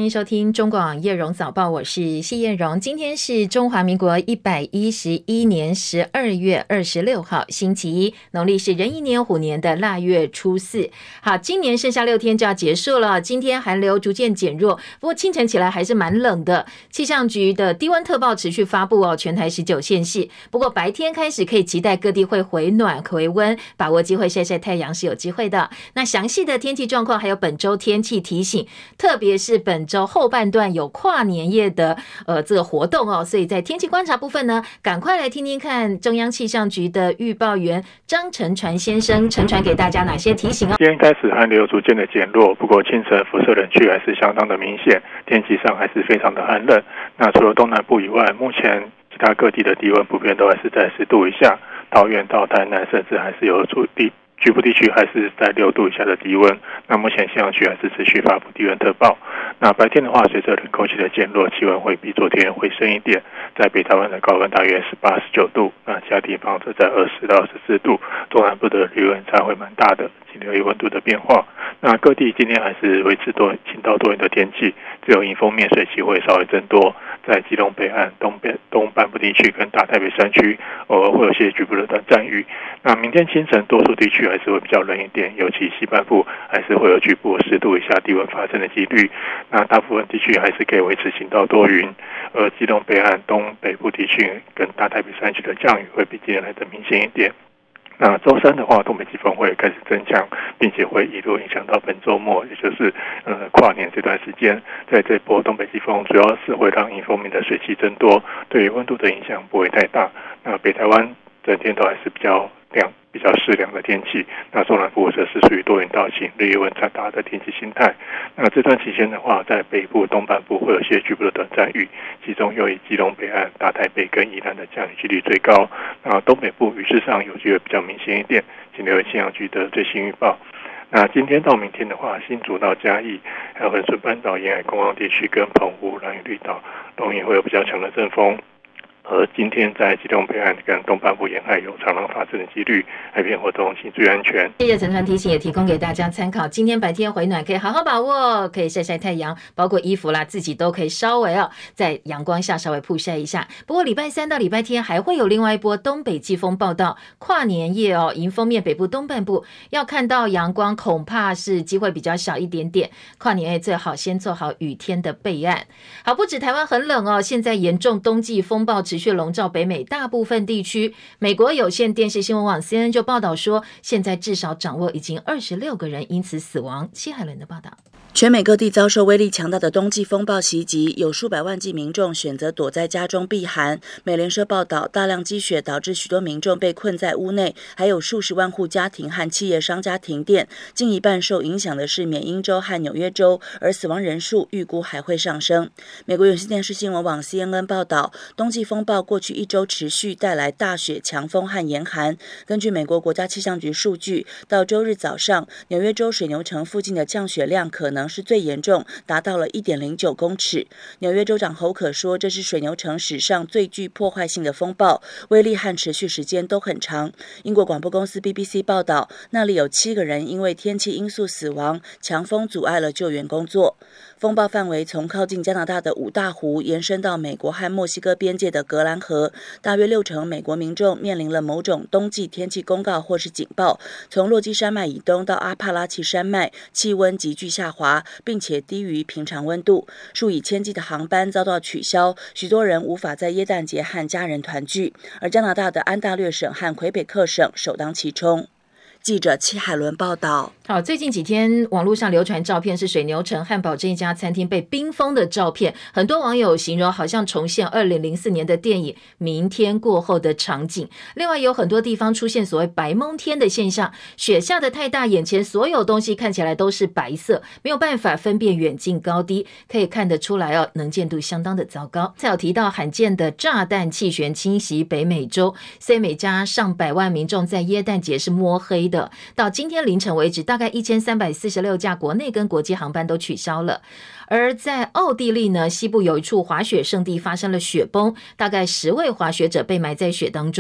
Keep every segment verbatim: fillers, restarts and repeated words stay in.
欢迎收听中广叶荣早报，我是谢艳荣。今天是中华民国一百一十一年十二月二十六号，星期一，农历是壬寅年虎年的腊月初四。好，今年剩下六天就要结束了，今天寒流逐渐减弱，不过清晨起来还是蛮冷的。气象局的低温特报持续发布哦，全台十九县市。不过白天开始可以期待各地会回暖回温，把握机会晒晒太阳是有机会的。那详细的天气状况还有本周天气提醒，特别是本周后半段有跨年夜的呃这个活动哦，所以在天气观察部分呢，赶快来听听看中央气象局的预报员张承传先生承传给大家哪些提醒哦。 今天开始寒流逐渐的减弱，不过清晨辐射冷却还是相当的明显，天气上还是非常的寒冷。那除了东南部以外，目前其他各地的低温普遍都还是在十度以下，桃园到台南甚至还是有注地局部地区还是在六度以下的低温。那目前气象局还是持续发布低温特报。那白天的话，随着冷空气的减弱，气温会比昨天回升一点，在北台湾的高温大约十八、十九度，那其他地方则在二十到二十四度，中南部的离温差会蛮大的，请留意温度的变化。那各地今天还是维持多晴到多云的天气，只有迎风面水汽会稍微增多，在基隆北岸、东北东半部地区跟大台北山区偶尔会有些局部的短暂雨。那明天清晨多数地区还是会比较冷一点，尤其西半部还是会有局部十度以下低温发生的几率。那大部分地区还是可以维持晴到多云，而基隆北岸、东北部地区跟大台北山区的降雨会比今天来的明显一点。那周三的话，东北季风会开始增强，并且会一路影响到本周末，也就是呃跨年这段时间。在这波东北季风主要是会让迎风面的水汽增多，对于温度的影响不会太大。那北台湾整天都还是比较凉、比较适凉的天气。那中南部则是属于多云到晴、日夜温差大的天气形态。那这段期间的话，在北部、东半部会有些局部的短暂雨，其中又以基隆北岸、大台北跟宜兰的降雨几率最高。那东北部雨势上有机会比较明显一点，请留意气象局的最新预报。那今天到明天的话，新竹到嘉义，还有恒春半岛沿海公望地区跟澎湖、兰屿绿岛，容易会有比较强的阵风。而今天在基隆北岸跟东半部沿海有长浪发生的几率，海边活动请注意安全。 谢谢承传提醒，也提供给大家参考。今天白天回暖可以好好把握，可以晒晒太阳，包括衣服啦，自己都可以稍微哦在阳光下稍微曝晒一下。不过礼拜三到礼拜天还会有另外一波东北季风报道，跨年夜哦，迎风面北部东半部要看到阳光，恐怕是机会比较小一点点。跨年夜最好先做好雨天的备案。好，不止台湾很冷哦，现在严重冬季风暴持续笼罩北美大部分地区。美国有线电视新闻网 C N N 就报道说，现在至少掌握已经二十六个人因此死亡。戚海伦的报道。 全美各地遭受威力强大的冬季风暴袭击，有数百万计民众选择躲在家中避寒。美联社报道，大量积雪导致许多民众被困在屋内，还有数十万户家庭和企业商家停电。近一半受影响的是缅因州和纽约州，而死亡人数预估还会上升。美国有线电视新闻网 C N N 报道，冬季风暴过去一周持续带来大雪、强风和严寒。根据美国国家气象局数据，到周日早上，纽约州水牛城附近的降雪量可能是最严重，达到了 一点零九公尺。纽约州长侯可说，这是水牛城史上最具破坏性的风暴，威力和持续时间都很长。英国广播公司 B B C 报道，那里有七个人因为天气因素死亡，强风阻碍了救援工作。风暴范围从靠近加拿大的五大湖延伸到美国和墨西哥边界的格兰河，大约六成美国民众面临了某种冬季天气公告或是警报。从落基山脉以东到阿帕拉契山脉，气温急剧下滑，并且低于平常温度，数以千计的航班遭到取消，许多人无法在耶诞节和家人团聚，而加拿大的安大略省和魁北克省首当其冲。记者戚海伦报道。 好，最近几天网络上流传照片是水牛城汉堡这一家餐厅被冰封的照片，很多网友形容好像重现二零零四年的电影《明天过后》的场景。另外有很多地方出现所谓白蒙天的现象，雪下的太大，眼前所有东西看起来都是白色，没有办法分辨远近高低，可以看得出来哦，能见度相当的糟糕。才有提到罕见的炸弹气旋侵袭北美洲，所以每家上百万民众在耶诞节是摸黑的。到今天凌晨为止，大概一千三百四十六架国内跟国际航班都取消了。而在奥地利呢，西部有一处滑雪胜地发生了雪崩，大概十位滑雪者被埋在雪当中。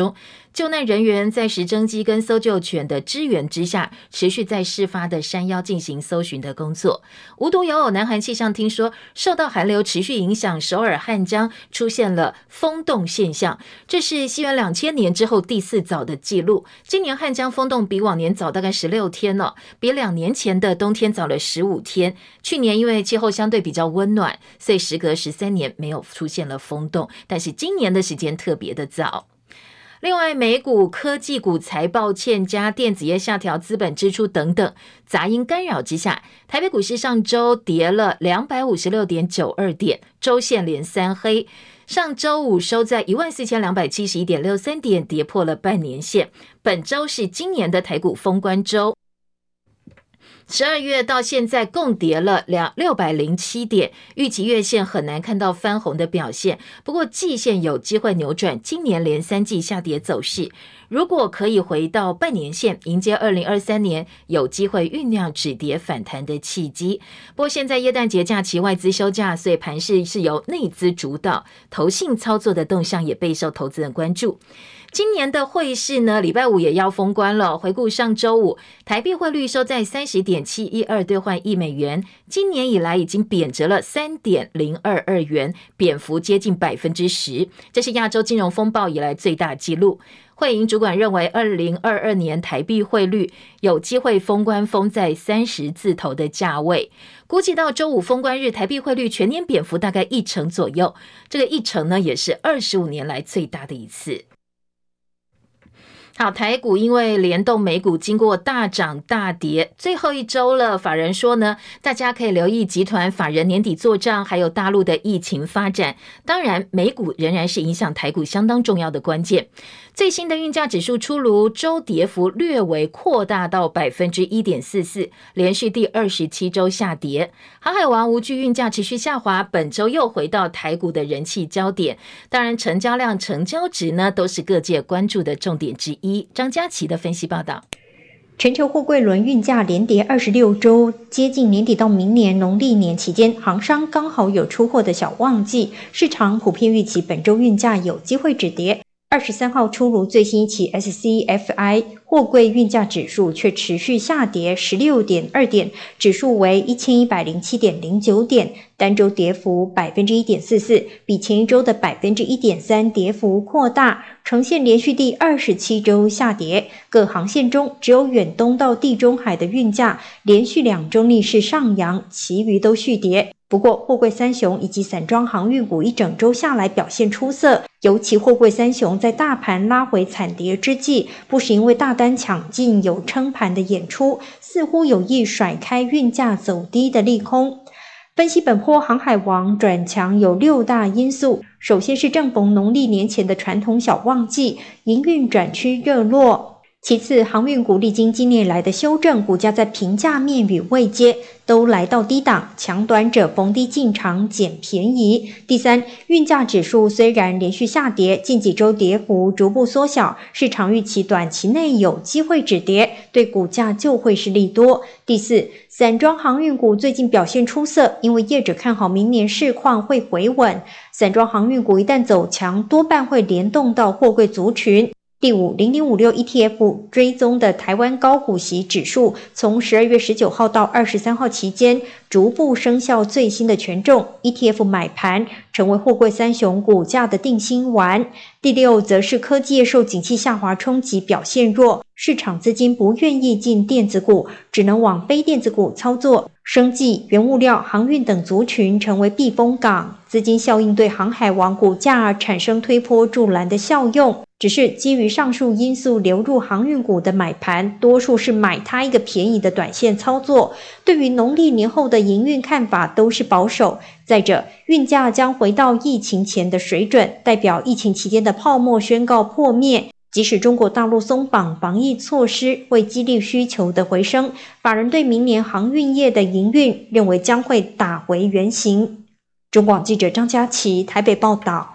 救难人员在直升机跟搜救犬的支援之下，持续在事发的山腰进行搜寻的工作。无独有偶，南韩气象厅说，受到寒流持续影响，首尔汉江出现了封冻现象，这是西元两千年之后第四早的记录。今年汉江封冻比往年早大概十六天了，比两年前的冬天早了十五天。去年因为气候相对比较温暖，所以时隔十三年没有出现了封冻，但是今年的时间特别的早。另外，美股科技股财报欠佳，电子业下调资本支出等等杂音干扰之下，台北股市上周跌了 两百五十六点九二 点，周线连三黑。上周五收在 一万四千两百七十一点六三 点，跌破了半年线。本周是今年的台股封关周，十二月到现在共跌了六百零七点，预期月线很难看到翻红的表现，不过季线有机会扭转今年连三季下跌走势。如果可以回到半年线，迎接二零二三年，有机会酝酿止跌反弹的契机。不过现在耶诞节假期外资休假，所以盘势是由内资主导，投信操作的动向也备受投资人关注。今年的汇市呢，礼拜五也要封关了。回顾上周五，台币汇率收在 三十点七一二 兑换一美元，今年以来已经贬值了 三点零二二元，贬幅接近 百分之十， 这是亚洲金融风暴以来最大纪录。汇银主管认为，二零二二年台币汇率有机会封关封在三十字头的价位，估计到周五封关日，台币汇率全年贬幅大概一成左右，这个一成呢，也是二十五年来最大的一次。好，台股因为联动美股经过大涨大跌，最后一周了，法人说呢，大家可以留意集团法人年底作账，还有大陆的疫情发展。当然，美股仍然是影响台股相当重要的关键。最新的运价指数出炉，周跌幅略微扩大到 百分之一点四四， 连续第二十七周下跌。航海王无惧运价持续下滑，本周又回到台股的人气焦点。当然，成交量、成交值呢，都是各界关注的重点之一。张嘉琪的分析报道。 全球货柜轮运价连跌二十六周，接近年底到明年农历年期间，航商刚好有出货的小旺季，市场普遍预期本周运价有机会止跌。二十三号出炉最新一期 S C F I 货柜运价指数却持续下跌 十六点二 点，指数为 一千一百零七点零九 点，单周跌幅 百分之一点四四， 比前一周的 百分之一点三 跌幅扩大，呈现连续第二十七周下跌。各航线中，只有远东到地中海的运价连续两周逆势上扬，其余都续跌。不过，货柜三雄以及散装航运股一整周下来表现出色，尤其货柜三雄在大盘拉回惨跌之际，不时因为大单抢进有撑盘的演出，似乎有意甩开运价走低的利空。分析本波航海王转强有六大因素，首先是正逢农历年前的传统小旺季，营运转趋热络。其次，航运股历经今年来的修正，股价在平价面与位阶都来到低档，强短者逢低进场捡便宜。第三，运价指数虽然连续下跌，近几周跌幅逐步缩小，市场预期短期内有机会止跌，对股价就会是利多。第四，散装航运股最近表现出色，因为业者看好明年市况会回稳，散装航运股一旦走强，多半会联动到货柜族群。第五， 零零五六 E T F 追踪的台湾高股息指数，从十二月十九号到二十三号期间，逐步生效最新的权重 ，E T F 买盘成为货柜三雄股价的定心丸。第六，则是科技业受景气下滑冲击表现弱，市场资金不愿意进电子股，只能往非电子股操作。生技、原物料、航运等族群成为避风港，资金效应对航海王股价产生推波助澜的效用。只是基于上述因素流入航运股的买盘，多数是买它一个便宜的短线操作，对于农历年后的营运看法都是保守。再者，运价将回到疫情前的水准，代表疫情期间的泡沫宣告破灭。即使中国大陆松绑防疫措施，为激励需求的回升，法人对明年航运业的营运认为将会打回原形。中广记者张嘉琪台北报道。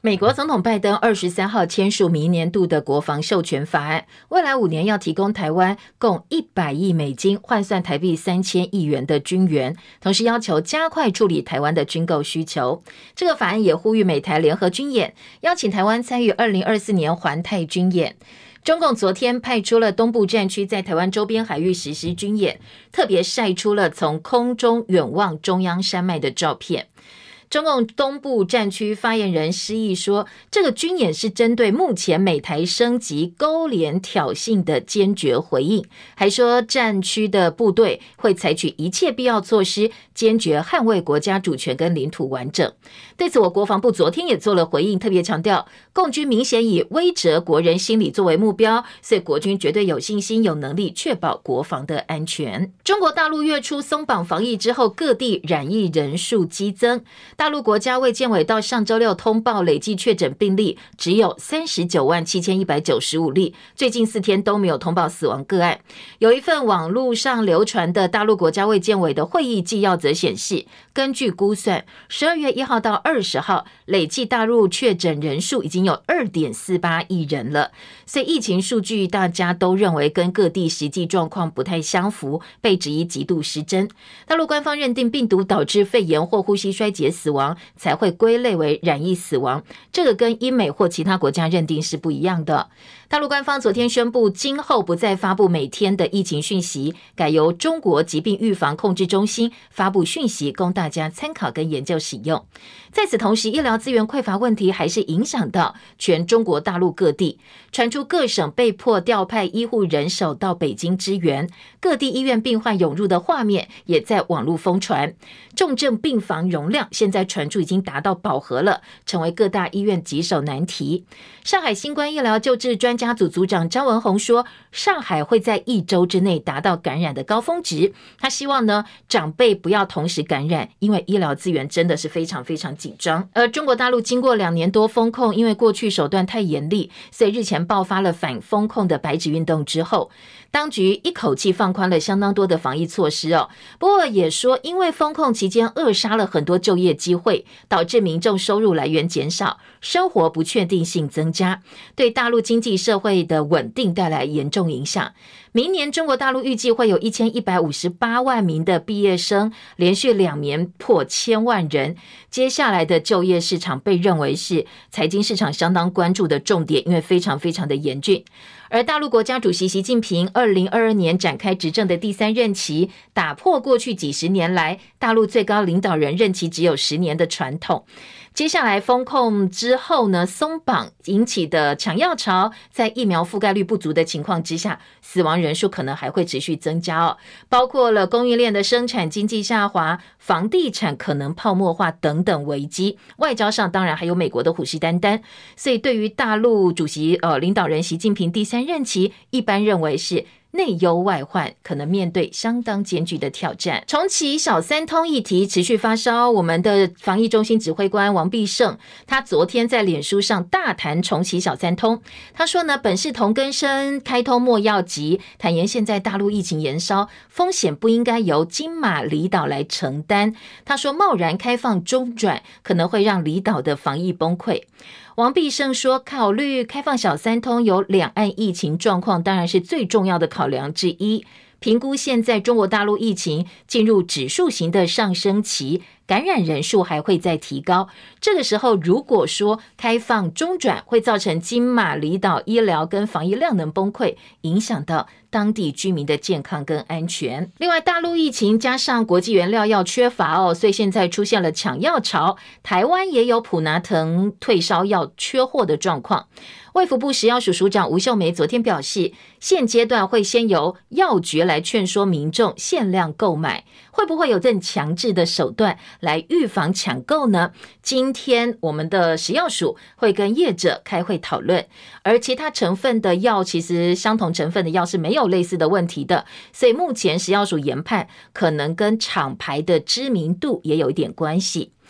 美国总统拜登二十三号签署明年度的国防授权法案，未来五年要提供台湾共一百亿美金，换算台币三千亿元的军援，同时要求加快处理台湾的军购需求。这个法案也呼吁美台联合军演，邀请台湾参与二零二四年环太军演。中共昨天派出了东部战区在台湾周边海域实施军演，特别晒出了从空中远望中央山脉的照片。中共东部战区发言人施毅说，这个军演是针对目前美台升级勾连挑衅的坚决回应，还说战区的部队会采取一切必要措施，坚决捍卫国家主权跟领土完整。对此，我国防部昨天也做了回应，特别强调共军明显以威慑国人心理作为目标，所以国军绝对有信心有能力确保国防的安全。中国大陆月初松绑防疫之后，各地染疫人数激增。大陆国家卫健委到上周六通报累计确诊病例只有三十九万七千一百九十五例，最近四天都没有通报死亡个案。有一份网络上流传的大陆国家卫健委的会议纪要则显示，根据估算，十二月一号到二十号累计大陆确诊人数已经有 二点四八亿人了，所以疫情数据大家都认为跟各地实际状况不太相符，被质疑极度失真。大陆官方认定病毒导致肺炎或呼吸衰竭死亡才会归类为染疫死亡，这个跟英美或其他国家认定是不一样的。大陆官方昨天宣布，今后不再发布每天的疫情讯息，改由中国疾病预防控制中心发布讯息，供大家参考跟研究使用。在此同时，医疗资源匮乏问题还是影响到全中国大陆各地，传出各省被迫调派医护人手到北京支援，各地医院病患涌入的画面也在网络疯传。重症病房容量现在传出已经达到饱和了，成为各大医院棘手难题。上海新冠医疗救治专家组组长张文宏说，上海会在一周之内达到感染的高峰值。他希望呢，长辈不要同时感染，因为医疗资源真的是非常非常紧张。而中国大陆经过两年多封控，因为过去手段太严厉，所以日前爆发了反封控的白纸运动之后，当局一口气放宽了相当多的防疫措施哦。不过也说，因为封控期间扼杀了很多就业机会，导致民众收入来源减少，生活不确定性增加，对大陆经济社会的稳定带来严重影响。明年中国大陆预计会有一千一百五十八万名的毕业生，连续两年破千万人。接下来的就业市场被认为是财经市场相当关注的重点，因为非常非常的严峻。而大陆国家主席习近平二零二二年展开执政的第三任期，打破过去几十年来大陆最高领导人任期只有十年的传统。接下来封控之后呢，松绑引起的抢药潮，在疫苗覆盖率不足的情况之下，死亡人数可能还会持续增加哦。包括了供应链的生产经济下滑，房地产可能泡沫化等等危机。外交上当然还有美国的虎视眈眈，所以对于大陆主席呃领导人习近平第三任期，一般认为是内忧外患，可能面对相当艰巨的挑战。重启小三通议题持续发烧，我们的防疫中心指挥官王必胜，他昨天在脸书上大谈重启小三通。他说呢，本是同根生，开通莫要急，坦言现在大陆疫情延烧，风险不应该由金马离岛来承担。他说贸然开放中转，可能会让离岛的防疫崩溃。王必胜说，考虑开放小三通有两岸疫情状况，当然是最重要的考量之一。评估现在中国大陆疫情进入指数型的上升期，感染人数还会再提高。这个时候如果说开放中转，会造成金马离岛医疗跟防疫量能崩溃，影响到当地居民的健康跟安全。另外，大陆疫情加上国际原料药缺乏哦，所以现在出现了抢药潮。台湾也有普拿疼退烧药缺货的状况。卫福部食药署署长吴秀梅昨天表示，现阶段会先由药局来劝说民众限量购买，会不会有更强制的手段来预防抢购呢？今天我们的食药署会跟业者开会讨论，而其他成分的药其实相同成分的药是没有类似的问题的，所以目前食药署研判可能跟厂牌的知名度也有一点关系。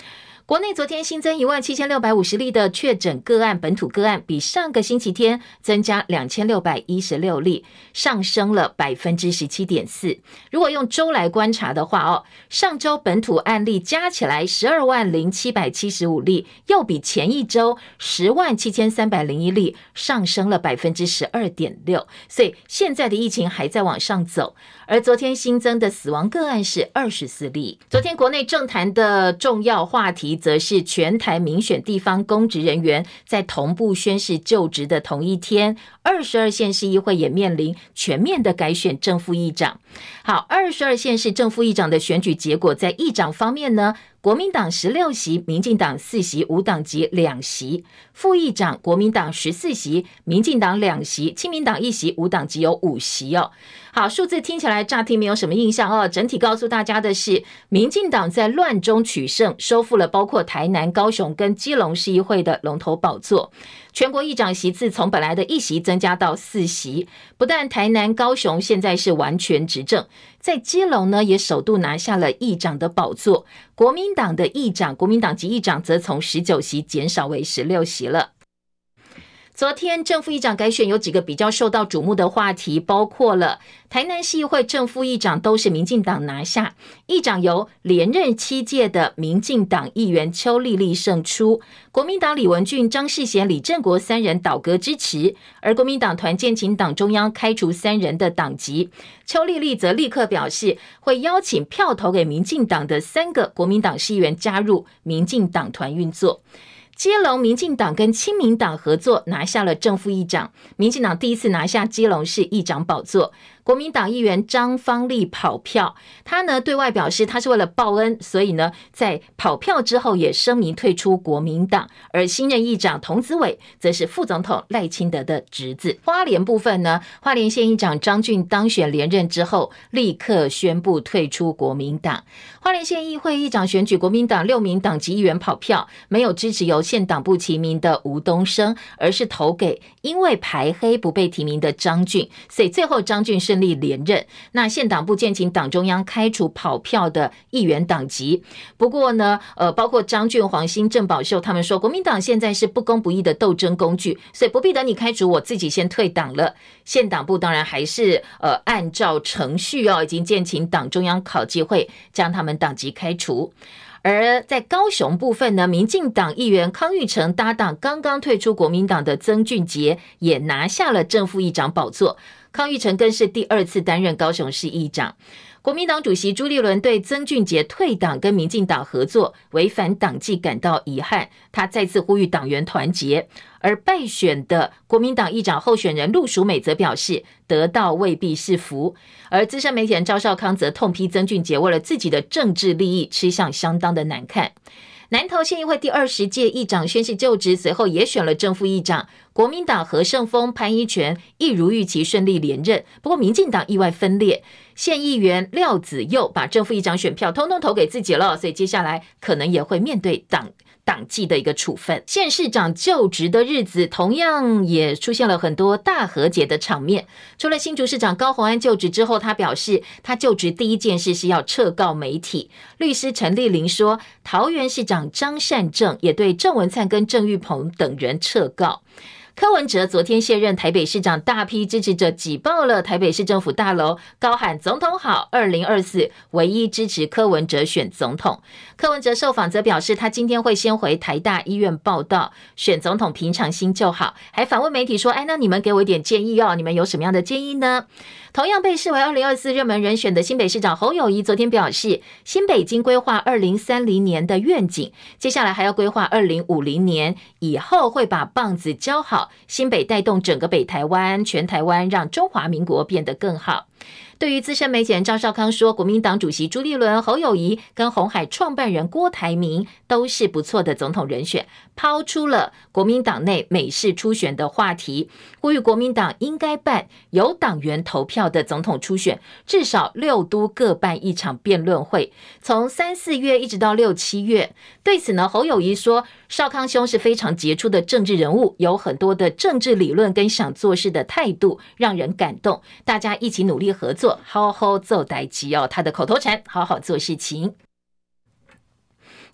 国内昨天新增一万七千六百五十例的确诊个案，本土个案比上个星期天增加两千六百一十六例，上升了 百分之十七点四。 如果用周来观察的话哦，上周本土案例加起来十二万零七百七十五例，又比前一周十万七千三百零一例上升了 百分之十二点六。 所以现在的疫情还在往上走。而昨天新增的死亡个案是二十四例。昨天国内政坛的重要话题则是全台民选地方公职人员在同步宣誓就职的同一天，二十二县市议会也面临全面的改选正副议长。好，二十二县市正副议长的选举结果，在议长方面呢，国民党十六席，民进党四席，无党籍两席；副议长国民党十四席，民进党两席，亲民党一席，无党籍有五席哦。好，数字听起来乍听没有什么印象哦，整体告诉大家的是，民进党在乱中取胜，收复了包括台南、高雄跟基隆市议会的龙头宝座。全国议长席次从本来的一席增加到四席，不但台南、高雄现在是完全执政，在基隆呢也首度拿下了议长的宝座。国民党的议长，国民党籍议长则从十九席减少为十六席了。昨天正副议长改选有几个比较受到瞩目的话题，包括了台南市议会正副议长都是民进党拿下，议长由连任七届的民进党议员邱丽丽胜出，国民党李文俊、张世贤、李正国三人倒戈支持，而国民党团建请党中央开除三人的党籍，邱丽丽则立刻表示会邀请票投给民进党的三个国民党市议员加入民进党团运作。基隆民进党跟亲民党合作拿下了正副议长，民进党第一次拿下基隆市议长宝座。国民党议员张芳丽跑票，他呢对外表示他是为了报恩，所以呢在跑票之后也声明退出国民党。而新任议长童子伟则是副总统赖清德的侄子。花莲部分呢，花莲县议长张俊当选连任之后，立刻宣布退出国民党。花莲县议会议长选举，国民党六名党籍议员跑票，没有支持由县党部提名的吴东升，而是投给因为排黑不被提名的张俊，所以最后张俊顺利连任。那县党部建请党中央开除跑票的议员党籍。不过呢，呃，包括张俊、黄兴、郑宝秀他们说，国民党现在是不公不义的斗争工具，所以不必等你开除，我自己先退党了。县党部当然还是呃按照程序哦，已经建请党中央考纪会将他们党籍开除。而在高雄部分呢，民进党议员康裕成搭档刚刚退出国民党的曾俊杰也拿下了正副议长宝座，康裕成更是第二次担任高雄市议长。国民党主席朱立伦对曾俊杰退党跟民进党合作违反党纪感到遗憾，他再次呼吁党员团结。而败选的国民党议长候选人陆淑美则表示，得到未必是福。而资深媒体人赵少康则痛批曾俊杰为了自己的政治利益吃相相当的难看。南投县议会第二十届议长宣誓就职，随后也选了正副议长，国民党何胜峰、潘一全一如预期顺利连任，不过民进党意外分裂，县议员廖子佑把正副议长选票通通投给自己了，所以接下来可能也会面对党党纪的一个处分。县市长就职的日子同样也出现了很多大和解的场面。除了新竹市长高虹安就职之后，他表示他就职第一件事是要撤告媒体。律师陈丽玲说，桃园市长张善政也对郑文灿跟郑玉鹏等人撤告。柯文哲昨天卸任台北市长，大批支持者挤爆了台北市政府大楼，高喊总统好，二零二四唯一支持柯文哲选总统。柯文哲受访则表示，他今天会先回台大医院报到，选总统平常心就好，还反问媒体说，哎，那你们给我一点建议哦，你们有什么样的建议呢？同样被视为二零二四热门人选的新北市长侯友宜昨天表示，新北已经规划二零三零年的愿景，接下来还要规划二零五零年，以后会把棒子教好，新北带动整个北台湾、全台湾，让中华民国变得更好。对于资深媒体人赵少康说，国民党主席朱立伦、侯友宜跟鸿海创办人郭台铭都是不错的总统人选，抛出了国民党内美式初选的话题，呼吁国民党应该办有党员投票的总统初选，至少六都各办一场辩论会，从三四月一直到六七月。对此呢，侯友宜说，少康兄是非常杰出的政治人物，有很多的政治理论跟想做事的态度让人感动，大家一起努力合作，好好做代志哦，他的口头禅，好好做事情。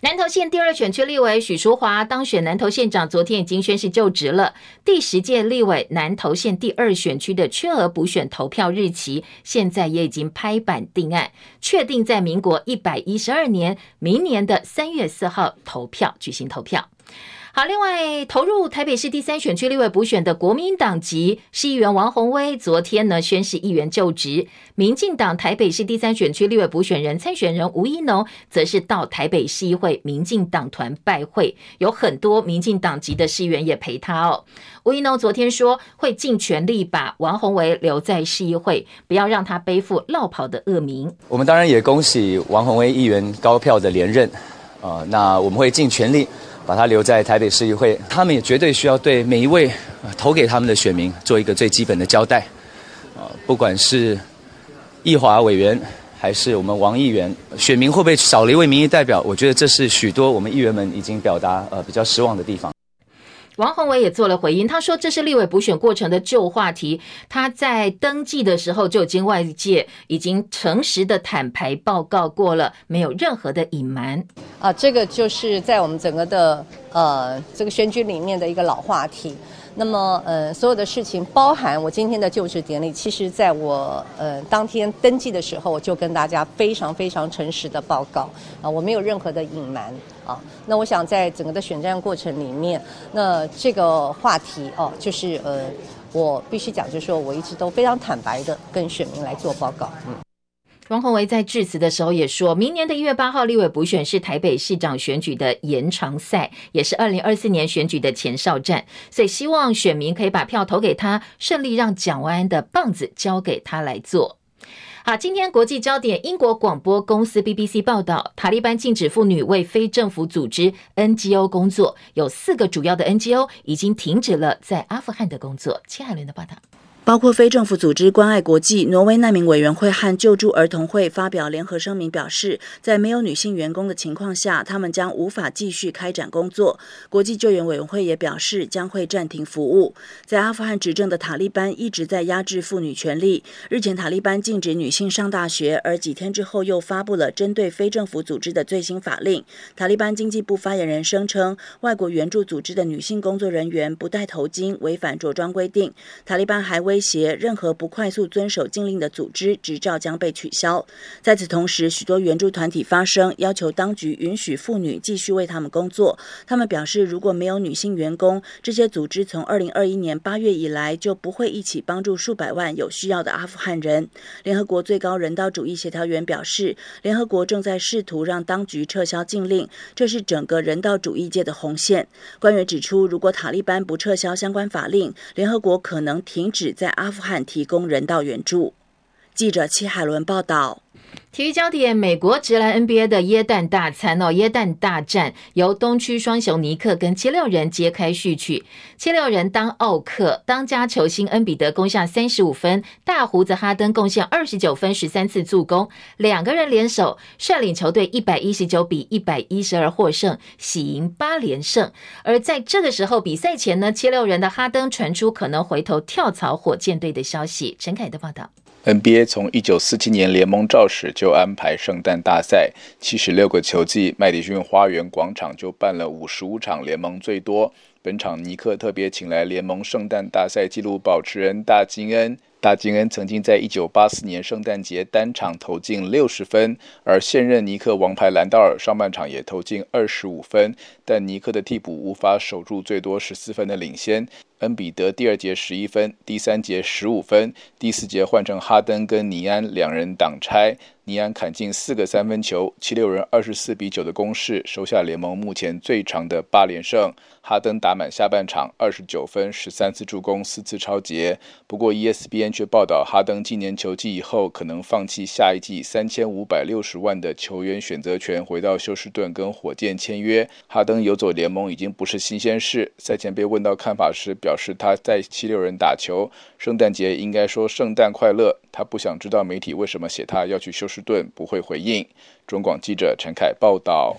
南投县第二选区立委许淑华当选南投县长，昨天已经宣誓就职了。第十届立委南投县第二选区的缺额补选投票日期，现在也已经拍板定案，确定在民国一百一十二年明年的三月四号投票举行投票。好，另外投入台北市第三选区立委补选的国民党籍市议员王宏威，昨天呢宣誓议员就职。民进党台北市第三选区立委补选人参选人吴怡农，则是到台北市议会民进党团拜会，有很多民进党籍的市议员也陪他哦。吴怡农昨天说，会尽全力把王宏威留在市议会，不要让他背负落跑的恶名。 我们当然也恭喜王宏威议员高票的连任，呃，那我们会尽全力把他留在台北市议会，他们也绝对需要对每一位、呃、投给他们的选民做一个最基本的交代。呃、不管是义华委员还是我们王议员，选民会不会少了一位民意代表？我觉得这是许多我们议员们已经表达呃比较失望的地方。 王宏威也做了回应，他说这是立委补选过程的旧话题，他在登记的时候就已经外界已经诚实的坦白报告过了，没有任何的隐瞒啊，这个就是在我们整个的呃这个选举里面的一个老话题。那么呃所有的事情包含我今天的就职典礼，其实在我呃当天登记的时候，我就跟大家非常非常诚实的报告啊，我没有任何的隐瞒啊。那我想在整个的选战过程里面，那这个话题哦、啊，就是呃我必须讲，就是说我一直都非常坦白的跟选民来做报告。嗯。 王宏威在致辞的时候也说，明年的一月八号立委补选是台北市长选举的延长赛，也是二零二四年选举的前哨战，所以希望选民可以把票投给他，顺利让蒋万安的棒子交给他来做。好，今天国际焦点，英国广播公司 B B C 报道，塔利班禁止妇女为非政府组织 N G O 工作，有四个主要的 N G O 已经停止了在阿富汗的工作。切海伦的报道。 包括非政府组织关爱国际、挪威难民委员会和救助儿童会发表联合声明，表示在没有女性员工的情况下，他们将无法继续开展工作。国际救援委员会也表示将会暂停服务。在阿富汗执政的塔利班一直在压制妇女权利。日前塔利班禁止女性上大学，而几天之后又发布了针对非政府组织的最新法令。塔利班经济部发言人声称，外国援助组织的女性工作人员不戴头巾违反着装规定。塔利班还威胁任何不快速遵守禁令的组织执照将被取消。在此同时，许多援助团体发声，要求当局允许妇女继续为他们工作。他们表示，如果没有女性员工，这些组织从二零二一年八月以来就不会一起帮助数百万有需要的阿富汗人。联合国最高人道主义协调员表示，联合国正在试图让当局撤销禁令，这是整个人道主义界的红线。官员指出，如果塔利班不撤销相关法令，联合国可能停止在阿富汗提供人道援助。记者戚海伦报道。 体育焦点，美国职篮 N B A 的耶诞大餐哦，耶诞大战由东区双雄尼克跟七六人揭开序曲。七六人当奥克，当家球星恩比德攻下三十五分，大胡子哈登贡献二十九分，十三次助攻，两个人联手率领球队一百一十九比一百一十二获胜，喜迎八连胜。而在这个时候比赛前呢，七六人的哈登传出可能回头跳槽火箭队的消息。陈凯的报道。 N B A 从一九四七年联盟肇始就安排圣诞大赛，七十六个球季，麦迪逊花园广场就办了五十五场，联盟最多。本场尼克特别请来联盟圣诞大赛纪录保持人大金恩。大金恩曾经在一九八四年圣诞节单场投进六十分，而现任尼克王牌兰道尔上半场也投进二十五分，但尼克的替补无法守住最多十四分的领先。恩比德第二节十一分，第三节十五分，第四节换成哈登跟尼安两人挡拆，尼安砍进四个三分球，七六人二十四比九的攻势，收下联盟目前最长的八连胜。哈登打满下半场二十九分，十三次助攻，四次抄截。不过 E S P N 却报道，哈登今年球季以后可能放弃下一季三千五百六十万的球员选择权，回到休斯顿跟火箭签约。哈登游走联盟已经不是新鲜事。赛前被问到看法时，表示他在七六人打球，圣诞节应该说圣诞快乐。他不想知道媒体为什么写他要去休斯顿，不会回应。中广记者陈凯报道。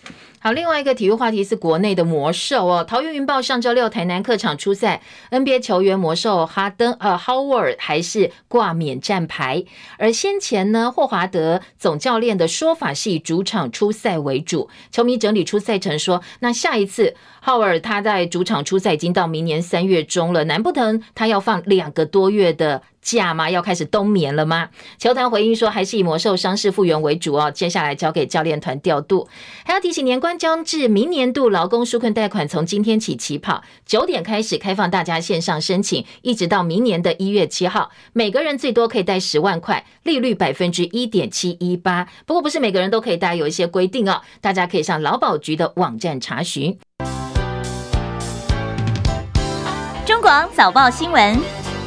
好，另外一个体育话题是国内的魔兽哦，桃园云豹上周六台南客场出赛 ，N B A 球员魔兽哈登呃 Howard 还是挂免战牌，而先前呢霍华德总教练的说法是以主场出赛为主，球迷整理出赛程说，那下一次 Howard 他在主场出赛已经到明年三月中了，难不成他要放两个多月的假吗？要开始冬眠了吗？球团回应说，还是以魔兽伤势复原为主哦，接下来交给教练团调度。还要提醒，年关将至，明年度劳工纾困贷款从今天起起跑，九点开始开放大家线上申请，一直到明年的一月七号，每个人最多可以贷十万块，利率百分之一点七一八。不过不是每个人都可以贷，有一些规定哦，大家可以上劳保局的网站查询。 中广早报新闻。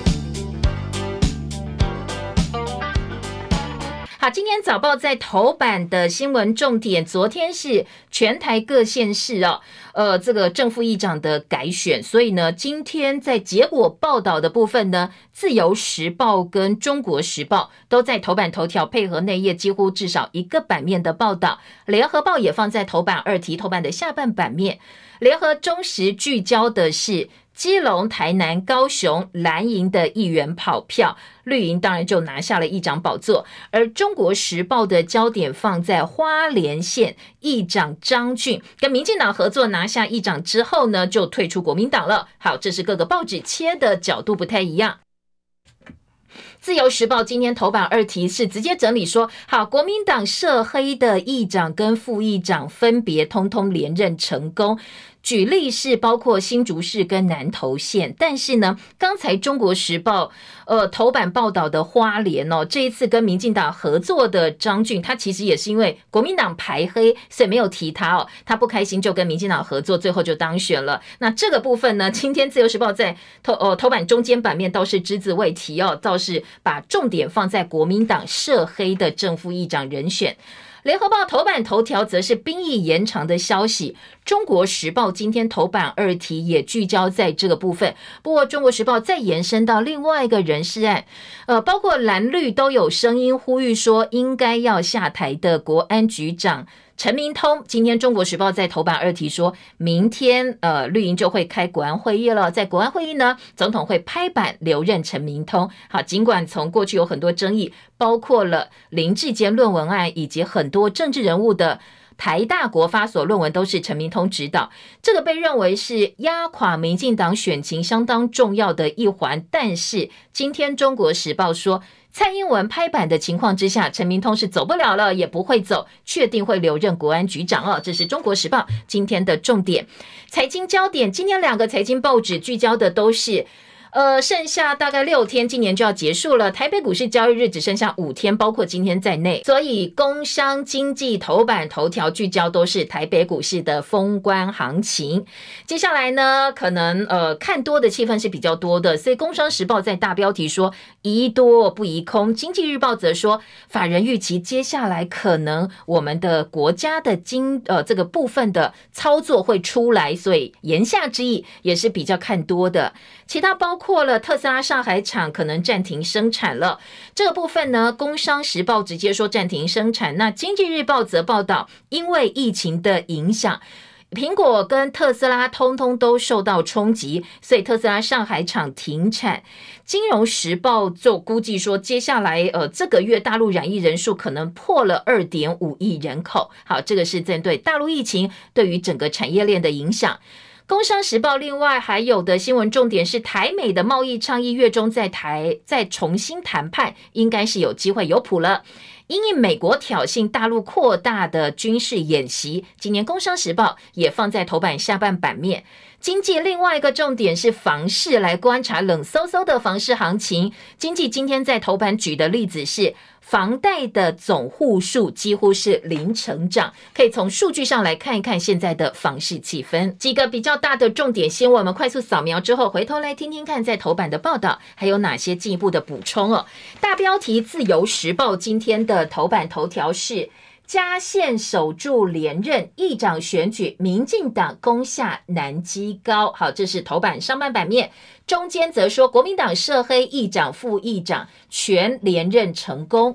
好，今天早报在头版的新闻重点，昨天是全台各县市哦，呃，这个正副议长的改选，所以呢，今天在结果报道的部分呢，自由时报跟中国时报都在头版头条，配合内页几乎至少一个版面的报道，联合报也放在头版二题头版的下半版面，联合中时聚焦的是基隆、台南、高雄蓝营的议员跑票，绿营当然就拿下了议长宝座，而中国时报的焦点放在花莲县议长张俊跟民进党合作拿下议长之后呢，就退出国民党了。好，这是各个报纸切的角度不太一样。自由时报今天头版二题是直接整理说，好，国民党涉黑的议长跟副议长分别通通连任成功，举例是包括新竹市跟南投县，但是呢，刚才中国时报呃头版报道的花莲哦，这一次跟民进党合作的张俊，他其实也是因为国民党排黑，所以没有提他哦，他不开心就跟民进党合作，最后就当选了。那这个部分呢，今天自由时报在头呃头版中间版面倒是只字未提哦，倒是把重点放在国民党涉黑的正副议长人选。联合报头版头条则是兵役延长的消息，中国时报今天头版二题也聚焦在这个部分。不过中国时报再延伸到另外一个人事案，呃，包括蓝绿都有声音呼吁说应该要下台的国安局长陈明通，今天中国时报在头版二题说，明天呃绿营就会开国安会议了，在国安会议呢，总统会拍板留任陈明通。好，尽管从过去有很多争议，包括了林智坚论文案以及很多政治人物的台大国发所论文都是陈明通指导，这个被认为是压垮民进党选情相当重要的一环。但是今天中国时报说，蔡英文拍板的情况之下，陈明通是走不了了，也不会走，确定会留任国安局长哦。这是中国时报今天的重点。财经焦点，今天两个财经报纸聚焦的都是呃，剩下大概六天，今年就要结束了。台北股市交易日只剩下五天，包括今天在内，所以工商经济头版头条聚焦都是台北股市的封关行情。接下来呢，可能呃看多的气氛是比较多的，所以工商时报在大标题说宜多不宜空，经济日报则说法人预期接下来可能我们的国家的经呃这个部分的操作会出来，所以言下之意也是比较看多的。其他包括了特斯拉上海厂可能暂停生产了，这个部分呢，工商时报直接说暂停生产，那经济日报则报道因为疫情的影响，苹果跟特斯拉通通都受到冲击，所以特斯拉上海厂停产。金融时报就估计说，接下来呃这个月大陆染疫人数可能破了 二点五亿人口。好，这个是针对大陆疫情对于整个产业链的影响。工商时报另外还有的新闻重点是台美的贸易倡议月中在台再重新谈判，应该是有机会有谱了。因应美国挑衅大陆扩大的军事演习，今年工商时报也放在头版下半版面。经济另外一个重点是房市，来观察冷颼颼的房市行情。经济今天在头版举的例子是房贷的总户数几乎是零成长，可以从数据上来看一看现在的房市气氛。几个比较大的重点新闻我们快速扫描之后，回头来听听看在头版的报道还有哪些进一步的补充哦。大标题自由时报今天的头版头条是嘉县守住连任，议长选举民进党攻下南基高。好，这是头版上半版面。中间则说国民党涉黑议长副议长全连任成功。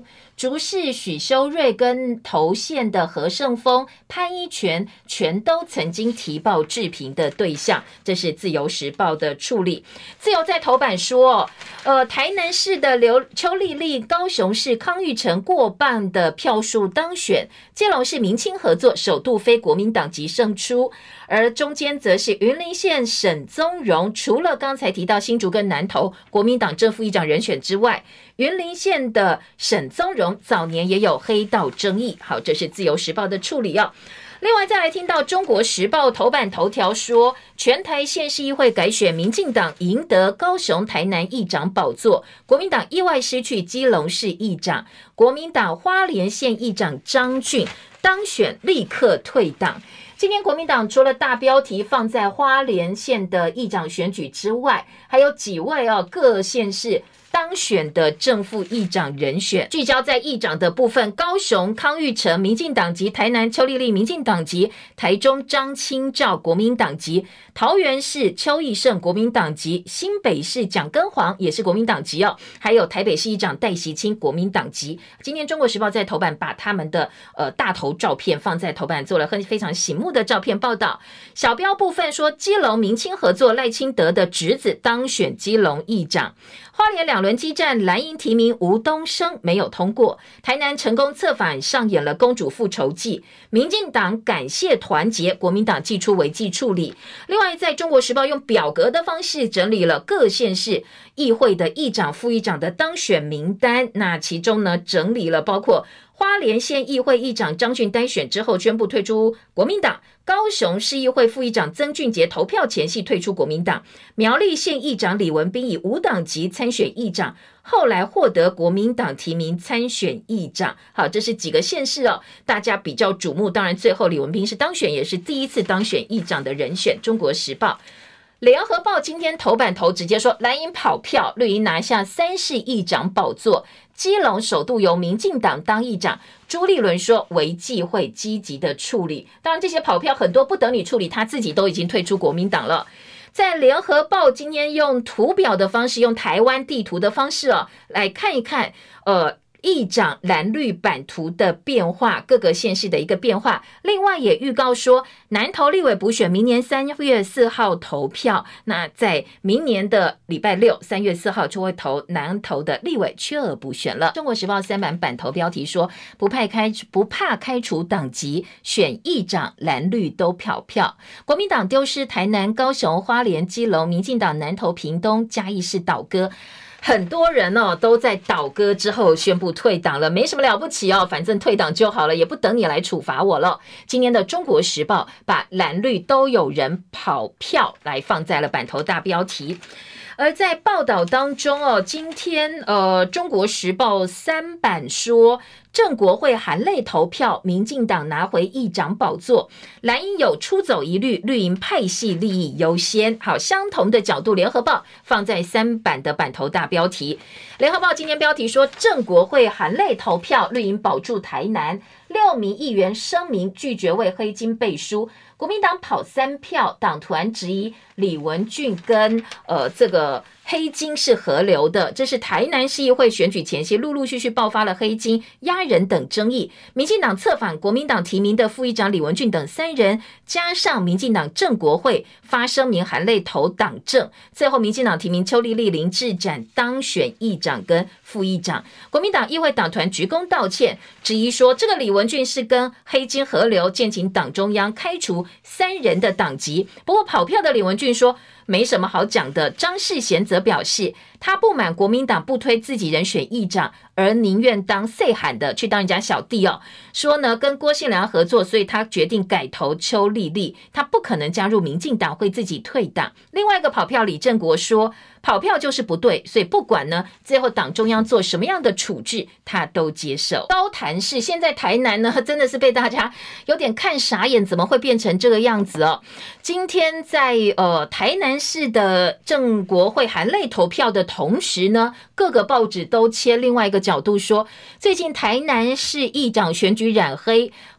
竹市许修睿跟投县的何胜峰、潘一全全都曾经提报置评的对象，这是自由时报的处理。自由在头版说，呃，台南市的刘邱丽丽、高雄市康裕成过半的票数当选，基隆市民青合作首度非国民党籍胜出，而中间则是云林县沈宗荣，除了刚才提到新竹跟南投国民党正副议长人选之外，云林县的沈宗荣早年也有黑道争议。好，这是自由时报的处理哦。另外再来听到中国时报头版头条说，全台县市议会改选，民进党赢得高雄台南议长宝座，国民党意外失去基隆市议长，国民党花莲县议长张俊当选立刻退党。今天国民党除了大标题放在花莲县的议长选举之外，还有几位哦各县市当选的正副议长人选，聚焦在议长的部分，高雄康裕成民进党籍，台南邱丽丽民进党籍，台中张清照国民党籍，桃园市邱义胜国民党籍，新北市蒋根煌也是国民党籍哦，还有台北市议长戴锡清国民党籍。今天中国时报在头版把他们的呃大头照片放在头版，做了很非常醒目的照片报道。小标部分说，基隆民青合作赖清德的侄子当选基隆议长。花莲两轮激战，蓝营提名吴东升没有通过，台南成功策反，上演了公主复仇记，民进党感谢团结，国民党祭出违纪处理。另外在中国时报用表格的方式整理了各县市议会的议长副议长的当选名单，那其中呢整理了包括花莲县议会议长张俊当选之后宣布退出国民党，高雄市议会副议长曾俊杰投票前夕退出国民党，苗栗县议长李文彬以无党籍参选议长，后来获得国民党提名参选议长。好，这是几个县市哦，大家比较瞩目。当然最后李文彬是当选，也是第一次当选议长的人选。中国时报联合报今天头版头直接说，蓝营跑票，绿营拿下三市议长宝座，基隆首度由民进党当议长。朱立伦说，违纪会积极的处理。当然这些跑票很多不等你处理，他自己都已经退出国民党了。在联合报今天用图表的方式，用台湾地图的方式哦，来看一看呃议长蓝绿版图的变化，各个县市的一个变化。另外也预告说，南投立委补选明年三月四号投票，那在明年的礼拜六三月四号就会投南投的立委缺额补选了。中国时报三版版头标题说，不怕开不怕开除党籍，选议长蓝绿都跑票。国民党丢失台南、高雄、花莲、基隆，民进党南投、屏东、嘉义市倒戈。很多人哦都在倒戈之后宣布退党了，没什么了不起哦，反正退党就好了，也不等你来处罚我了。今天的中国时报把蓝绿都有人跑票来放在了版头大标题。而在报道当中哦，今天呃中国时报三版说，正国会含泪投票，民进党拿回议长宝座，蓝营有出走疑虑，绿营派系利益优先。好，相同的角度，联合报放在三版的版头大标题。联合报今天标题说，正国会含泪投票，绿营保住台南，六名议员声明拒绝为黑金背书。国民党跑三票，党团质疑李文俊跟呃这个黑金是合流的，这是台南市议会选举前夕陆陆续续爆发了黑金、压人等争议。民进党策反国民党提名的副议长李文俊等三人，加上民进党正国会发声明含泪投党政，最后民进党提名邱丽丽、林志展当选议长跟副议长。国民党议会党团鞠躬道歉，质疑说这个李文俊是跟黑金合流，建请党中央开除三人的党籍。不过跑票的李文俊说没什么好讲的。张世贤则表示，他不满国民党不推自己人选议长，而宁愿当岁喊的去当人家小弟哦。说呢跟郭信良合作，所以他决定改投邱丽丽，他不可能加入民进党，会自己退党。另外一个跑票李正国说，跑票就是不对，所以不管呢最后党中央做什么样的处置，他都接受。高谭市现在台南呢真的是被大家有点看傻眼，怎么会变成这个样子哦？今天在呃台南市的正国会含泪投票的同时呢，各个报纸都切另外一个角度说，最近台南市议长选举染黑，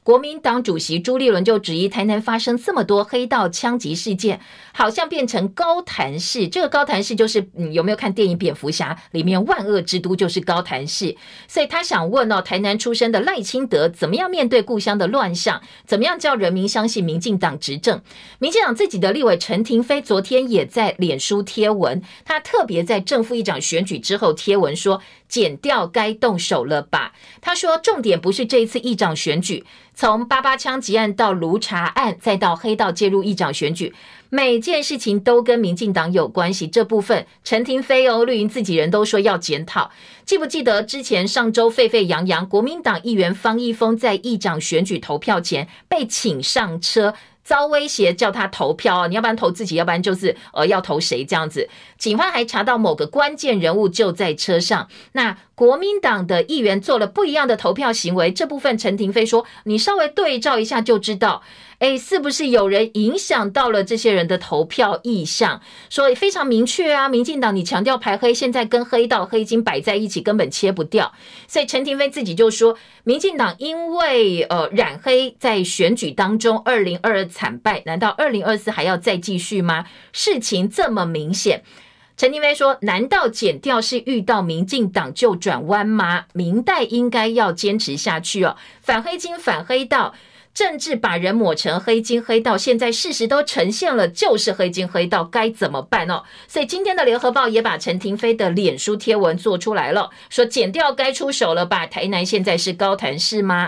国民党主席朱立伦就质疑台南发生这么多黑道枪击事件，好像变成高谭市。这个高谭市就是、嗯、有没有看电影蝙蝠侠里面万恶之都就是高谭市，所以他想问哦，台南出生的赖清德怎么样面对故乡的乱象，怎么样叫人民相信民进党执政。民进党自己的立委陈亭妃昨天也在脸书贴文，他特别在正副议长选举之后贴文说，检调该动手了吧。他说重点不是这一次议长选举，从八八枪击案到卢查案再到黑道介入议长选举，每件事情都跟民进党有关系，这部分陈亭妃哦绿营自己人都说要检讨。记不记得之前上周沸沸扬扬国民党议员方一峰在议长选举投票前被请上车，遭威胁叫他投票，你要不然投自己，要不然就是呃要投谁这样子。警方还查到某个关键人物就在车上，那国民党的议员做了不一样的投票行为，这部分陈亭妃说你稍微对照一下就知道，诶，是不是有人影响到了这些人的投票意向，所以非常明确啊，民进党你强调排黑，现在跟黑道黑金摆在一起根本切不掉，所以陈亭妃自己就说民进党因为呃染黑在选举当中二零二二惨败，难道二零二四还要再继续吗？事情这么明显，陈亭妃说难道检调是遇到民进党就转弯吗？民代应该要坚持下去哦，反黑金反黑道，政治把人抹成黑金黑道，现在事实都呈现了就是黑金黑道，该怎么办哦？所以今天的联合报也把陈亭妃的脸书贴文做出来了，说检调该出手了吧，台南现在是高谭市吗？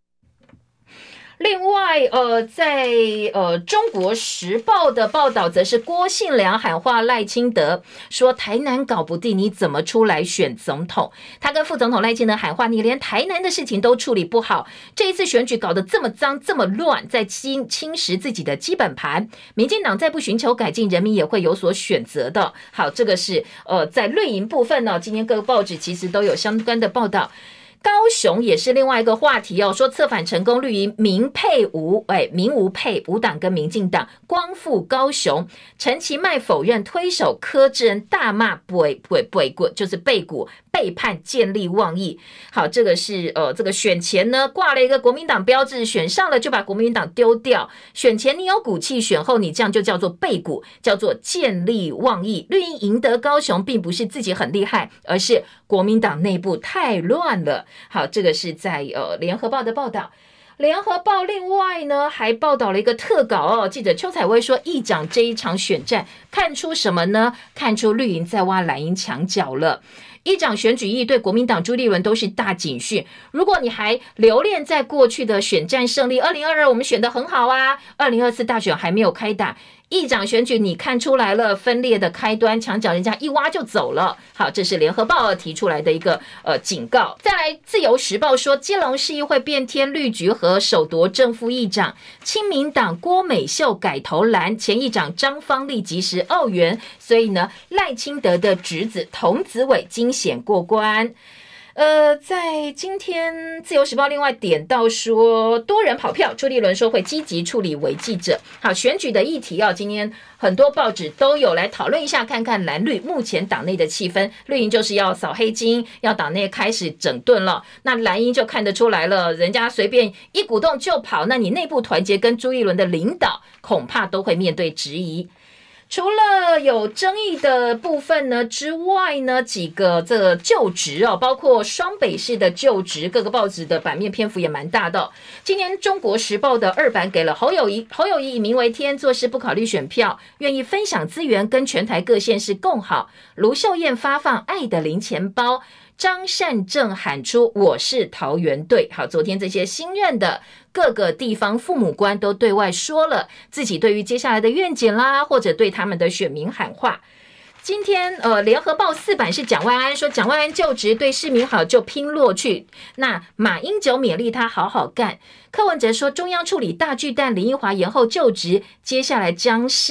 另外，呃，在呃《中国时报》的报道，则是郭信良喊话赖清德，说台南搞不定，你怎么出来选总统？他跟副总统赖清德喊话，你连台南的事情都处理不好，这一次选举搞得这么脏、这么乱，在侵侵蚀自己的基本盘。民进党再不寻求改进，人民也会有所选择的。好，这个是呃在绿营部分呢，今天各个报纸其实都有相关的报道。高雄也是另外一个话题哦，说策反成功，绿营民配无，哎，民无配，无党跟民进党光复高雄。陈其迈否认，推手柯志恩大骂背背背骨，就是背骨背叛建立妄议。好，这个是呃，这个选前呢挂了一个国民党标志，选上了就把国民党丢掉。选前你有骨气，选后你这样就叫做背骨，叫做建立妄议。绿营赢得高雄，并不是自己很厉害，而是国民党内部太乱了。好，这个是在呃联合报的报道。联合报另外呢还报道了一个特稿哦，记者邱彩薇说，议长这一场选战看出什么呢？看出绿营在挖蓝营墙角了。议长选举役对国民党朱立伦都是大警讯，如果你还留恋在过去的选战胜利，二零二二我们选得很好啊，二零二四大选还没有开打，议长选举你看出来了分裂的开端，墙角人家一挖就走了。好，这是联合报提出来的一个呃警告。再来，自由时报说，基隆市议会变天，绿局和首夺正副议长，亲民党郭美秀改投蓝，前议长张芳丽及时澳援，所以呢，赖清德的侄子童子伟惊险过关。呃，在今天自由时报另外点到说，多人跑票，朱立伦说会积极处理违纪者。好，选举的议题啊，今天很多报纸都有来讨论一下，看看蓝绿目前党内的气氛。绿营就是要扫黑金，要党内开始整顿了，那蓝营就看得出来了，人家随便一鼓动就跑，那你内部团结跟朱立伦的领导恐怕都会面对质疑。除了有争议的部分呢之外呢，几个这个就职哦，包括双北市的就职，各个报纸的版面篇幅也蛮大的哦。今年中国时报的二版给了侯友宜，侯友宜以民为天，做事不考虑选票，愿意分享资源，跟全台各县市共好。卢秀燕发放爱的零钱包，张善政喊出我是桃园队。好，昨天这些新任的各个地方父母官都对外说了自己对于接下来的愿景啦，或者对他们的选民喊话。今天呃，联合报四版是蒋万安说，蒋万安就职对市民好就拼落去。那马英九勉励他好好干。柯文哲说，中央处理大巨蛋，林奕华延后就职，接下来将是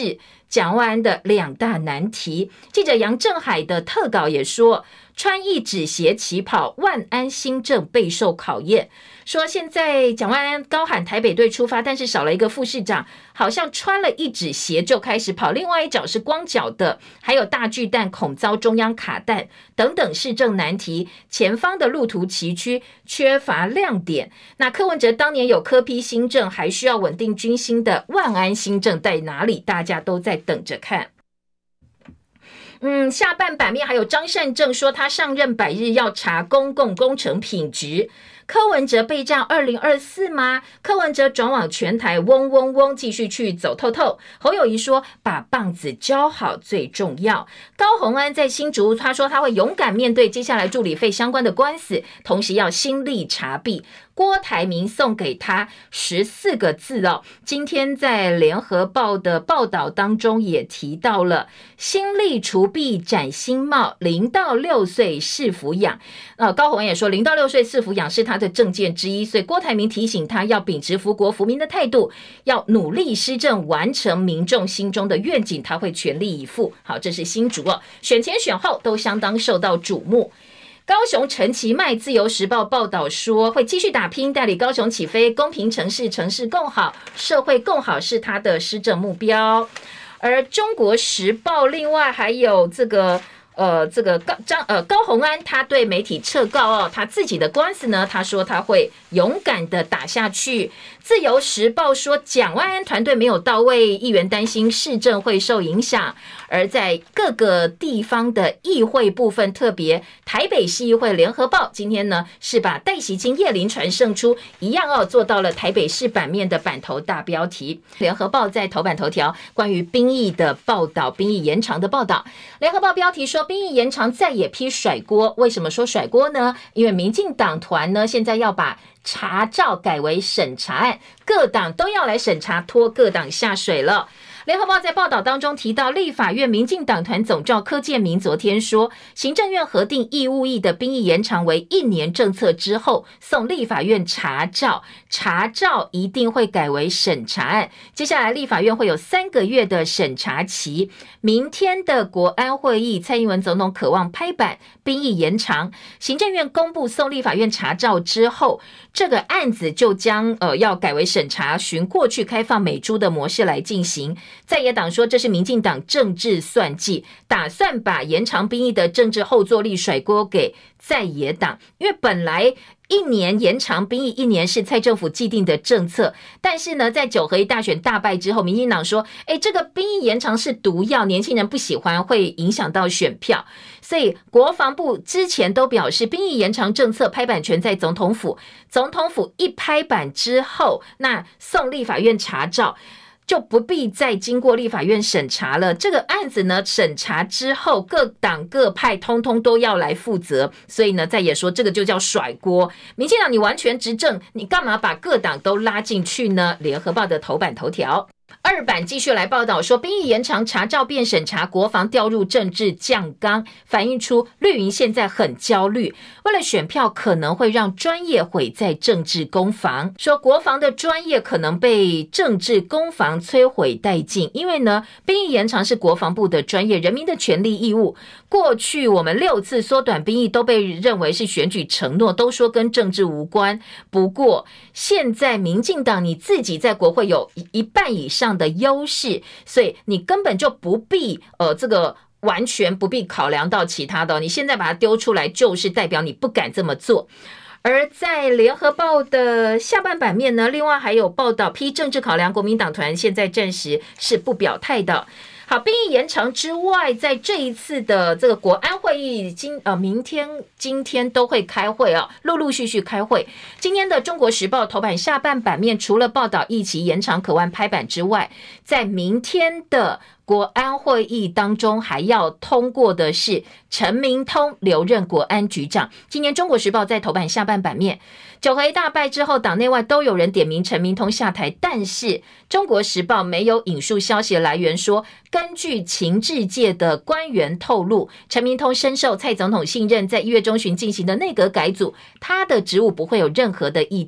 蒋万安的两大难题。记者杨正海的特稿也说，穿一指鞋起跑，万安新政备受考验。说现在蒋万安高喊台北队出发，但是少了一个副市长，好像穿了一指鞋就开始跑，另外一脚是光脚的，还有大巨蛋恐遭中央卡弹等等市政难题，前方的路途崎岖，缺乏亮点。那柯文哲当年有柯 P 新政，还需要稳定军心的万安新政在哪里？大家都在等着看。嗯，下半版面还有张善政说他上任百日要查公共工程品质。柯文哲备战二零二四吗？柯文哲转往全台嗡嗡嗡，继续去走透透。侯友宜说把棒子交好最重要。高虹安在新竹，他说他会勇敢面对接下来助理费相关的官司，同时要心力查弊。郭台铭送给他十四个字哦，今天在联合报的报道当中也提到了心力除弊展新貌，零到六岁是抚养。呃，高虹也说零到六岁是抚养是他的政见之一，所以郭台铭提醒他要秉持福国福民的态度，要努力施政，完成民众心中的愿景，他会全力以赴。好，这是新竹哦，选前选后都相当受到瞩目。高雄陈其迈自由时报报道说，会继续打拼，带领高雄起飞，公平城市，城市更好，社会更好是他的施政目标。而中国时报另外还有这个呃，这个高张呃高虹安，他对媒体撤告哦，他自己的官司呢，他说他会勇敢的打下去。自由时报说，蒋万安团队没有到位，议员担心市政会受影响。而在各个地方的议会部分，特别台北市议会联合报今天呢是把戴喜清叶林传胜出一样哦，做到了台北市版面的版头大标题。联合报在头版头条关于兵役的报道，兵役延长的报道。联合报标题说，兵役延长再也批甩锅。为什么说甩锅呢？因为民进党团呢现在要把查照改为审查案，各党都要来审查，拖各党下水了。联合报在报道当中提到，立法院民进党团总召柯建铭昨天说，行政院核定义务役的兵役延长为一年政策之后，送立法院查照，查照一定会改为审查案。接下来立法院会有三个月的审查期。明天的国安会议，蔡英文总统渴望拍板兵役延长，行政院公布送立法院查照之后，这个案子就将呃要改为审查，循过去开放美猪的模式来进行。在野党说这是民进党政治算计，打算把延长兵役的政治后坐力甩锅给在野党，因为本来一年延长兵役一年是蔡政府既定的政策，但是呢，在九合一大选大败之后，民进党说，哎，这个兵役延长是毒药，年轻人不喜欢，会影响到选票，所以国防部之前都表示，兵役延长政策拍板权在总统府，总统府一拍板之后，那送立法院查照，就不必再经过立法院审查了。这个案子呢，审查之后，各党各派通通都要来负责，所以呢，再也说这个就叫甩锅。民进党你完全执政，你干嘛把各党都拉进去呢？联合报的头版头条。二版继续来报道说，兵役延长查照变审查，国防掉入政治酱缸，反映出绿营现在很焦虑，为了选票可能会让专业毁在政治攻防，说国防的专业可能被政治攻防摧毁殆尽。因为呢，兵役延长是国防部的专业，人民的权利义务。过去我们六次缩短兵役都被认为是选举承诺，都说跟政治无关。不过现在民进党你自己在国会有一半以上的优势，所以你根本就不必呃这个完全不必考量到其他的、哦、你现在把它丢出来，就是代表你不敢这么做。而在联合报的下半版面呢，另外还有报道批政治考量，国民党团现在暂时是不表态的。好，兵役延长之外，在这一次的这个国安会议，今呃明天、今天都会开会啊，陆陆续续开会。今天的《中国时报》头版下半版面，除了报道役期延长可望拍板之外，在明天的国安会议当中，还要通过的是陈明通留任国安局长。今年《中国时报》在头版下半版面，九合一大败之后，党内外都有人点名陈明通下台，但是《中国时报》没有引述消息的来源说，根据情治界的官员透露，陈明通深受蔡总统信任，在一月中旬进行的内阁改组，他的职务不会有任何的异动。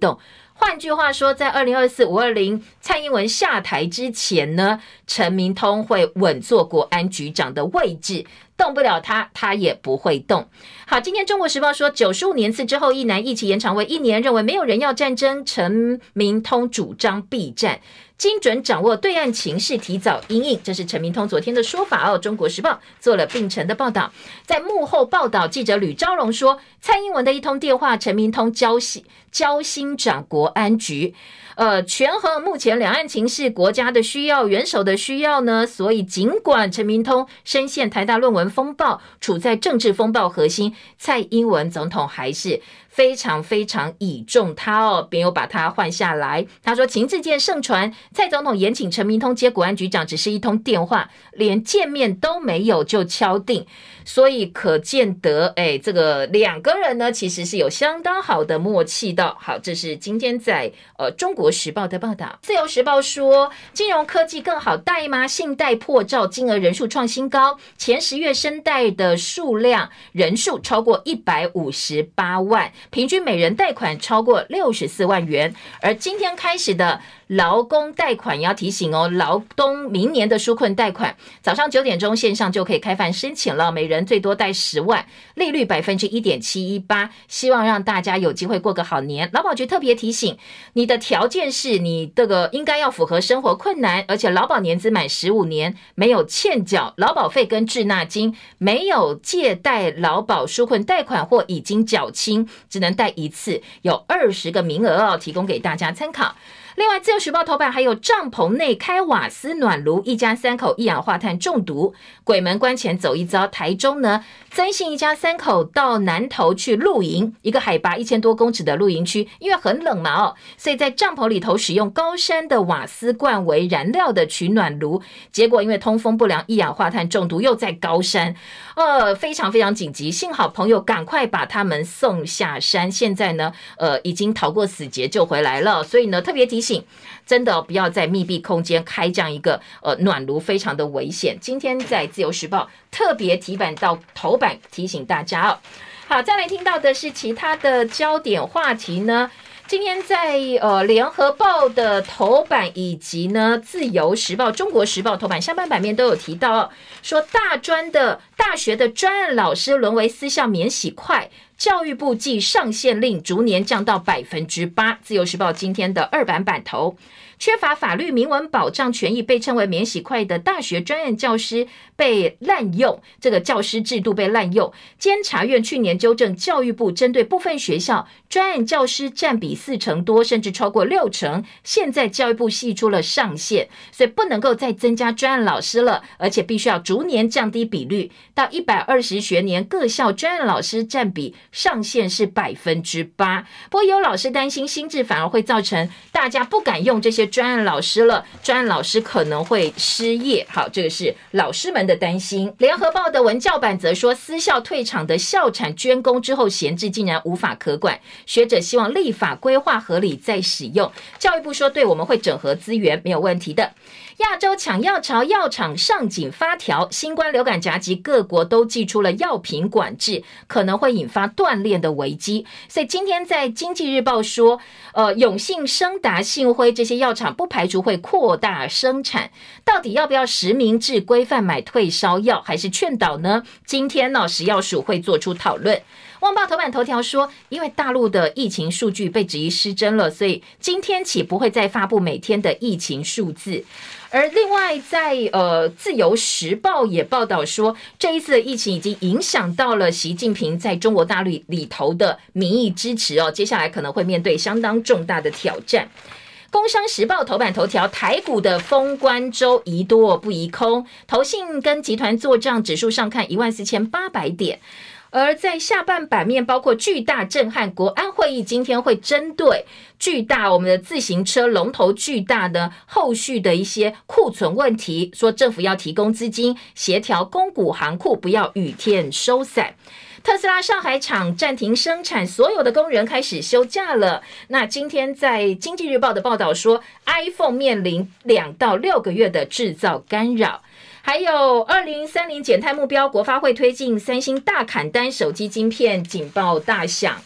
换句话说，在二零二四、五二零蔡英文下台之前呢，陈明通会稳坐国安局长的位置，动不了他，他也不会动。好，今天中国时报说，九十五年次之后，一南一期延长为一年，认为没有人要战争，陈明通主张避战，精准掌握对岸情势，提早因应，这是陈明通昨天的说法哦。中国时报做了并陈的报道，在幕后报道，记者吕昭荣说，蔡英文的一通电话，陈明通交心交心掌国安局。呃，权衡目前两岸情势、国家的需要、元首的需要呢，所以尽管陈明通深陷台大论文风暴，处在政治风暴核心，蔡英文总统还是非常非常倚重他哦，没有把他换下来。他说，情治界盛传蔡总统延请陈明通接国安局长，只是一通电话，连见面都没有就敲定，所以可见得，哎，这个两个人呢，其实是有相当好的默契的。好，这是今天在呃中国时报的报道。自由时报说，金融科技更好贷吗？信贷破兆，金额人数创新高，前十月申贷的数量人数超过一百五十八万，平均每人贷款超过六十四万元。而今天开始的劳工贷款要提醒哦，劳工明年的纾困贷款，早上九点钟线上就可以开放申请了，每人最多贷十万，利率百分之一点七一八，希望让大家有机会过个好年。劳保局特别提醒，你的条件是你这个应该要符合生活困难，而且劳保年资满十五年，没有欠缴劳保费跟滞纳金，没有借贷劳保纾困贷款或已经缴清，只能贷一次，有二十个名额哦，提供给大家参考。另外，自由时报头版还有帐篷内开瓦斯暖炉，一家三口一氧化碳中毒，鬼门关前走一遭。台中呢，曾姓一家三口到南投去露营，一个海拔一千多公尺的露营区，因为很冷嘛哦，所以在帐篷里头使用高山的瓦斯罐为燃料的取暖炉，结果因为通风不良，一氧化碳中毒，又在高山，呃，非常非常紧急，幸好朋友赶快把他们送下山，现在呢，呃，已经逃过死劫救回来了，所以呢，特别提醒。真的不要在密闭空间开这样一个呃暖炉，非常的危险。今天在自由时报特别提版到头版提醒大家哦。好，再来听到的是其他的焦点话题呢。今天在呃联合报的头版以及呢自由时报、中国时报头版下半版面都有提到、哦，说大专的大学的专案老师沦为私校免洗块。教育部继上限令逐年降到百分之八。自由时报今天的二版版头，缺乏法律明文保障权益，被称为免洗块的大学专案教师被滥用，这个教师制度被滥用。监察院去年纠正教育部针对部分学校专案教师占比四成多，甚至超过六成，现在教育部释出了上限，所以不能够再增加专案老师了，而且必须要逐年降低比率，到一百二十学年各校专案老师占比上限是百分之八。不过有老师担心新制反而会造成大家不敢用这些专案老师了，专案老师可能会失业。好，这个是老师们的担心。联合报的文教版则说，私校退场的校产捐工之后闲置，竟然无法可管，学者希望立法规划合理再使用。教育部说，对，我们会整合资源，没有问题的。亚洲抢药潮，药厂上紧发条，新冠流感夹击，各国都祭出了药品管制，可能会引发断链的危机。所以今天在经济日报说，呃，永信、升达、信辉这些药厂不排除会扩大生产，到底要不要实名制规范买退烧药，还是劝导呢？今天呢，食药署会做出讨论。旺报头版头条说，因为大陆的疫情数据被质疑失真了，所以今天起不会再发布每天的疫情数字。而另外在呃自由时报也报道说，这一次的疫情已经影响到了习近平在中国大陆里头的民意支持哦，接下来可能会面对相当重大的挑战。工商时报头版头条，台股的封关周宜多不宜空，投信跟集团做账，指数上看一万四千八百点。而在下半版面，包括巨大震撼，国安会议今天会针对巨大我们的自行车龙头巨大的后续的一些库存问题，说政府要提供资金协调公股行库，不要雨天收散。特斯拉上海厂暂停生产，所有的工人开始休假了。那今天在经济日报的报道说 ，iPhone 面临两到六个月的制造干扰。还有二零三零减碳目标，国发会推进三星大砍单手机晶片，警报大响。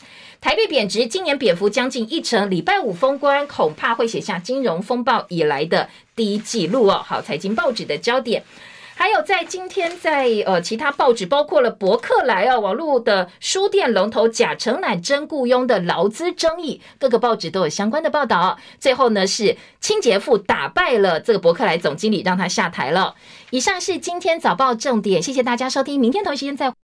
台币贬值，今年贬幅将近一成，礼拜五封关恐怕会写下金融风暴以来的第一纪录哦。好，财经报纸的焦点。还有在今天在呃其他报纸，包括了博客来哦，网络的书店龙头贾承揽真雇佣的劳资争议，各个报纸都有相关的报道。最后呢是清洁妇打败了这个博客来总经理，让他下台了。以上是今天早报重点，谢谢大家收听，明天同一时间再会。